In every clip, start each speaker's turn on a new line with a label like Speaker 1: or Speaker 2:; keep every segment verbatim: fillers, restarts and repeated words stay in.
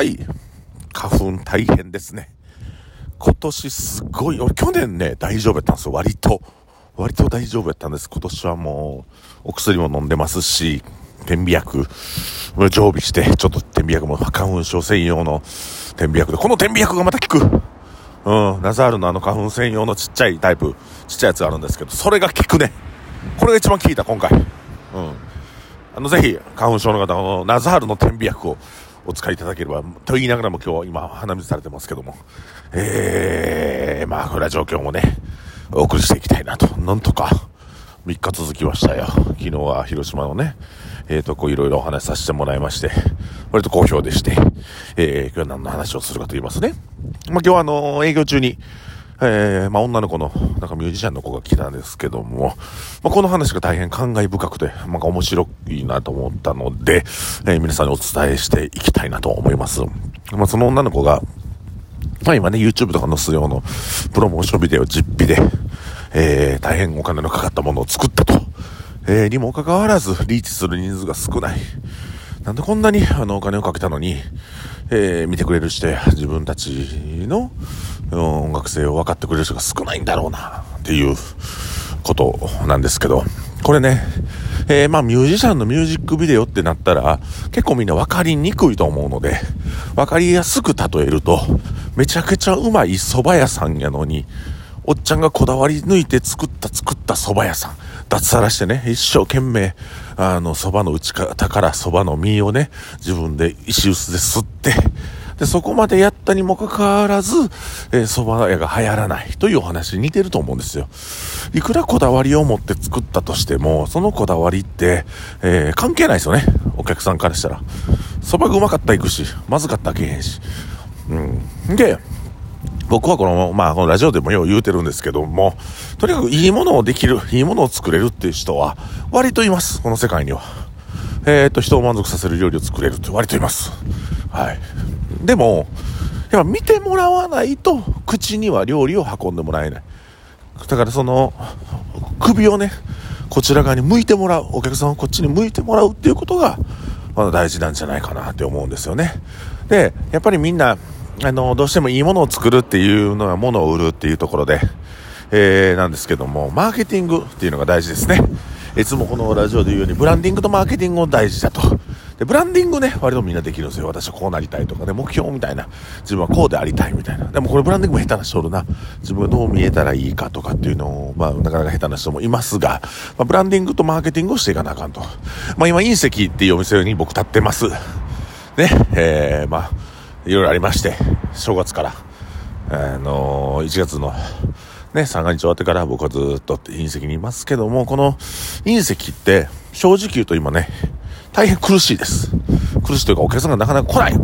Speaker 1: はい花粉大変ですね。今年すごい、俺去年ね大丈夫やったんですよ。割と割と大丈夫やったんです。今年はもうお薬も飲んでますし、点鼻薬も常備して、ちょっと点鼻薬も花粉症専用の点鼻薬で、この点鼻薬がまた効く。うん、ナザールのあの花粉専用のちっちゃいタイプ、ちっちゃいやつがあるんですけど、それが効くね。これが一番効いた今回。うん、あのぜひ花粉症の方のナザールの点鼻薬をお使いいただければと言いながらも、今日今鼻水されてますけども、えー、まあこれは状況もねお送りしていきたいなと。なんとかみっか続きましたよ。昨日は広島のねえーとこういろいろお話しさせてもらいまして、割と好評でして、えー、今日は何の話をするかと言いますね。まあ今日はあの営業中にえー、まあ女の子のなんかミュージシャンの子が来たんですけども、まあ、この話が大変感慨深くて、まあ面白いなと思ったので、えー、皆さんにお伝えしていきたいなと思います。まあその女の子がまあ今ね YouTube とか載す用のプロモーションビデオ実費で、えー、大変お金のかかったものを作ったと、えー、にもかかわらずリーチする人数が少ない。なんでこんなにあのお金をかけたのに、えー、見てくれる人や自分たちの音楽性を分かってくれる人が少ないんだろうなっていうことなんですけど、これね、えー、まあミュージシャンのミュージックビデオってなったら結構みんな分かりにくいと思うので、分かりやすく例えると、めちゃくちゃうまい蕎麦屋さんやのに、おっちゃんがこだわり抜いて作った作った蕎麦屋さん、脱サラしてね、一生懸命あの蕎麦の打ち方から蕎麦の実をね自分で石臼で吸って、でそこまでやったにもかかわらず、えー、蕎麦屋が流行らないというお話に似てると思うんですよ。いくらこだわりを持って作ったとしても、そのこだわりって、えー、関係ないですよね。お客さんからしたら蕎麦がうまかったら行くし、まずかったらけへんし、うんで僕はこの、まあ、このラジオでもよう言うてるんですけども、とにかくいいものをできる、いいものを作れるっていう人は割といます。この世界には。えー、っと、人を満足させる料理を作れるって割といます。はい。でも、やっぱ見てもらわないと、口には料理を運んでもらえない。だからその、首をね、こちら側に向いてもらう、お客さんをこっちに向いてもらうっていうことが、まだ大事なんじゃないかなって思うんですよね。で、やっぱりみんな、あのどうしてもいいものを作るっていうのは物を売るっていうところで、えー、なんですけども、マーケティングっていうのが大事ですね。いつもこのラジオで言うようにブランディングとマーケティングが大事だと。でブランディングね、割とみんなできるんですよ。私はこうなりたいとかね、目標みたいな、自分はこうでありたいみたいな。でもこれブランディングも下手な人おるな。自分がどう見えたらいいかとかっていうのを、まあなかなか下手な人もいますが、まあ、ブランディングとマーケティングをしていかなあかんと。まあ今隕石っていうお店に僕立ってますね。えー、まあいろいろありまして、正月から、あのー、いちがつのね、三が日終わってから僕はずっと隕石にいますけども、この隕石って正直言うと今ね、大変苦しいです。苦しいというかお客さんがなかなか来ない。うん、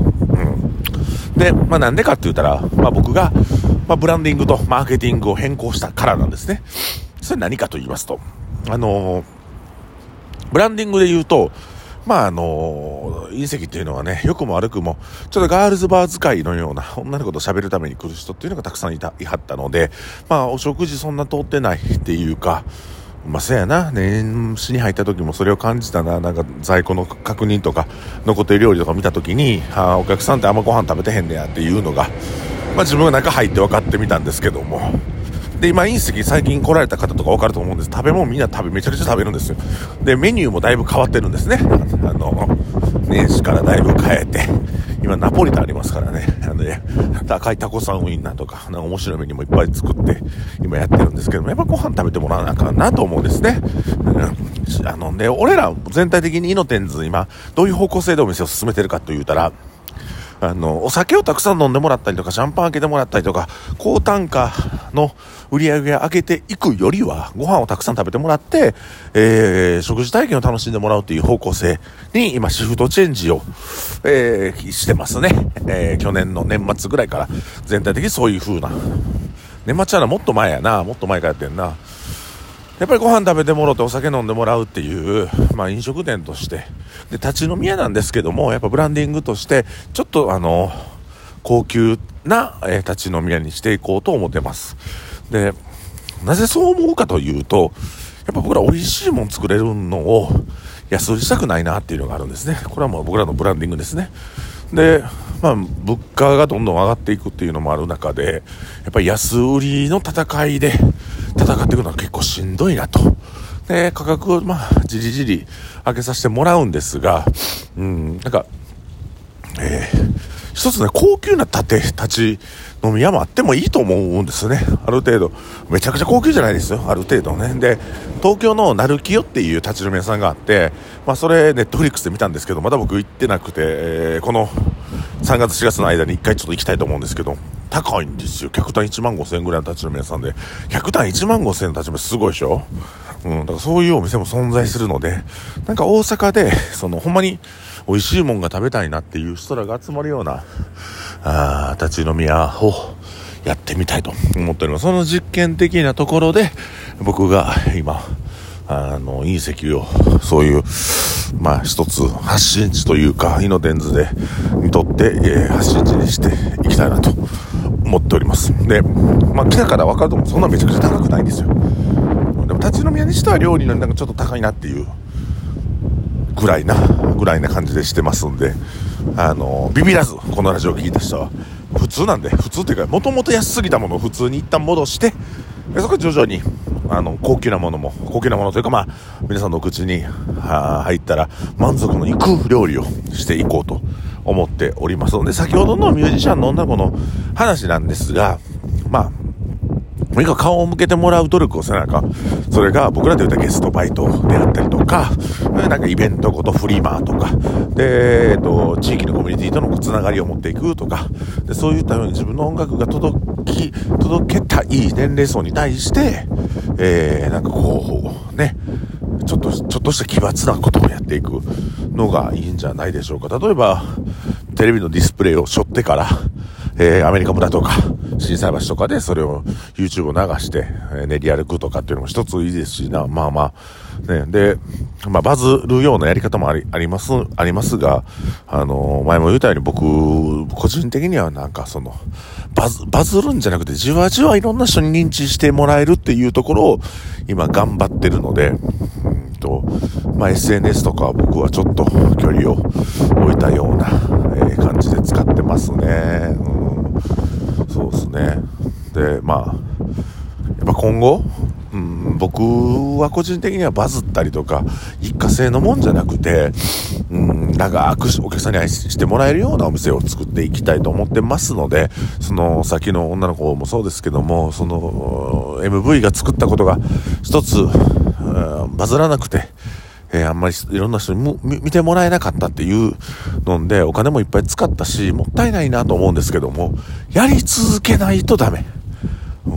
Speaker 1: で、まあなんでかって言ったら、まあ僕が、まあ、ブランディングとマーケティングを変更したからなんですね。それ何かと言いますと、あのー、ブランディングで言うと、まああのー、隕石っていうのはね、良くも悪くもちょっとガールズバー使いのような女の子と喋るために来る人っていうのがたくさんいたいはったので、まあお食事そんな通ってないっていうか、まあそうやな、年始に入った時もそれを感じたな。なんか在庫の確認とか残ってる料理とか見た時に、あお客さんってあんまご飯食べてへんねやっていうのが、まあ自分が中入って分かってみたんですけども、で今隕石最近来られた方とか分かると思うんです。食べ物みんな食べめちゃくちゃ食べるんですよ。でメニューもだいぶ変わってるんですね。あの年始からだいぶ変えて、今ナポリタンありますからね。あのね、赤いタコさんウインナーとかなんか面白いメニューもいっぱい作って今やってるんですけども、やっぱご飯食べてもらわなあかんなと思うんですね。うん、あのね、俺ら全体的にイノテンズ今どういう方向性でお店を進めてるかというたら、あのお酒をたくさん飲んでもらったりとか、シャンパン開けてもらったりとか、高単価の売り上げを上げていくよりは、ご飯をたくさん食べてもらって、えー、食事体験を楽しんでもらうという方向性に今シフトチェンジを、えー、してますね。えー、去年の年末ぐらいから全体的にそういう風な、年末はなもっと前やなもっと前からやってんな。やっぱりご飯食べてもらってお酒飲んでもらうっていう、まあ飲食店としてで立ち飲み屋なんですけども、やっぱブランディングとしてちょっとあの高級な、えー、立ち飲み屋にしていこうと思ってます。でなぜそう思うかというと、やっぱ僕ら美味しいもん作れるのを安売りしたくないなっていうのがあるんですね。これはもう僕らのブランディングですね。でまあ、物価がどんどん上がっていくっていうのもある中で、やっぱり安売りの戦いで戦っていくのは結構しんどいなと。で、価格をまあじりじり上げさせてもらうんですが、うん、なんか、えー、一つね、高級な立て立ち飲み屋もあってもいいと思うんですね。ある程度めちゃくちゃ高級じゃないですよ、ある程度ね。で、東京のなるきよっていう立ち飲み屋さんがあって、まあそれネットフリックスで見たんですけど、まだ僕行ってなくて、えー、このさんがつしがつの間に一回ちょっと行きたいと思うんですけど、高いんですよ。客単いちまんごせんえんぐらいの立ち飲み屋さんで、客単いちまんごせんえんの立ち飲み屋すごいでしょ。うん、だからそういうお店も存在するので、なんか大阪でそのほんまに美味しいもんが食べたいなっていう人らが集まるようなあ立ち飲み屋をやってみたいと思っております。その実験的なところで僕が今あの隕石をそういうまあ一つ発信地というかイノデンズでにとって、えー、発信地にしていきたいなと思っております。で、まあ来たから分かると思う。そんなめちゃくちゃ高くないんですよ。でも立ち飲み屋にしては料理のなんかちょっと高いなっていうぐらいなぐらいな感じでしてますんで、あのビビらずこのラジオを聞いた人は普通なんで、普通っていうかもともと安すぎたものを普通に一旦戻して、そこから徐々にあの高級なものも高級なものというか、まあ皆さんのお口に入ったら満足のいく料理をしていこうと思っておりますので、先ほどのミュージシャンの女の子の話なんですが、まあとにかく顔を向けてもらう努力をせなあかん。それが僕らで言うとゲストバイトであったりとか、なんかイベントごとフリマとかで、えっと地域のコミュニティとのつながりを持っていくとかで、そういったように自分の音楽が届き届けたい年齢層に対して、えー、なんかこうね、ちょっとちょっとした奇抜なことをやっていくのがいいんじゃないでしょうか。例えばテレビのディスプレイを背負ってから、えー、アメリカ村とか心斎橋とかでそれを YouTube を流して、えー、練り歩くとかっていうのも一ついいですしな、まあまあね、で、まあバズるようなやり方もあり、ありますありますが、あのー、前も言ったように僕個人的にはなんかそのバズバズるんじゃなくてじわじわいろんな人に認知してもらえるっていうところを今頑張ってるので、うんとまあ エスエヌエス とかは僕はちょっと距離を置いたような、えー、感じで使ってますね。うん、そうですね。で、まあやっぱ今後、うん、僕は個人的にはバズったりとか一過性のもんじゃなくて、うん、長くお客さんに愛してもらえるようなお店を作っていきたいと思ってますので、そのさっきの女の子もそうですけども、その エムブイ が作ったことが一つ、うん、バズらなくて、えー、あんまりいろんな人に見てもらえなかったっていうのでお金もいっぱい使ったしもったいないなと思うんですけども、やり続けないとダメ、うん、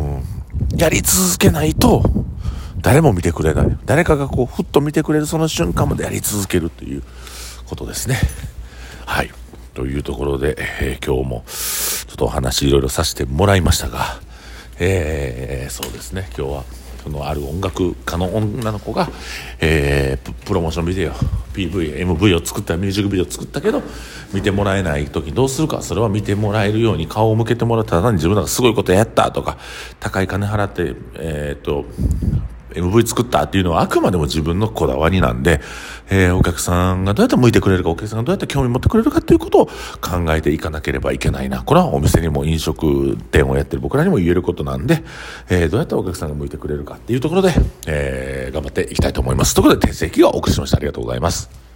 Speaker 1: やり続けないと誰も見てくれない。誰かがこうふっと見てくれるその瞬間までやり続けるということですね。はい、というところで、えー、今日もちょっとお話いろいろさせてもらいましたが、えー、そうですね、今日はそのある音楽家の女の子が、えー、プ, プロモーションビデオ ピーブイ、エムブイ を作ったミュージックビデオを作ったけど見てもらえない時どうするか、それは見てもらえるように顔を向けてもらったら、単に自分がすごいことやったとか高い金払ってえー、っとエムブイ 作ったっていうのはあくまでも自分のこだわりなんで、えー、お客さんがどうやって向いてくれるか、お客さんがどうやって興味持ってくれるかということを考えていかなければいけないな。これはお店にも飲食店をやってる僕らにも言えることなんで、えー、どうやってお客さんが向いてくれるかっていうところで、えー、頑張っていきたいと思います。ということで、訂正機がお送りしました。ありがとうございます。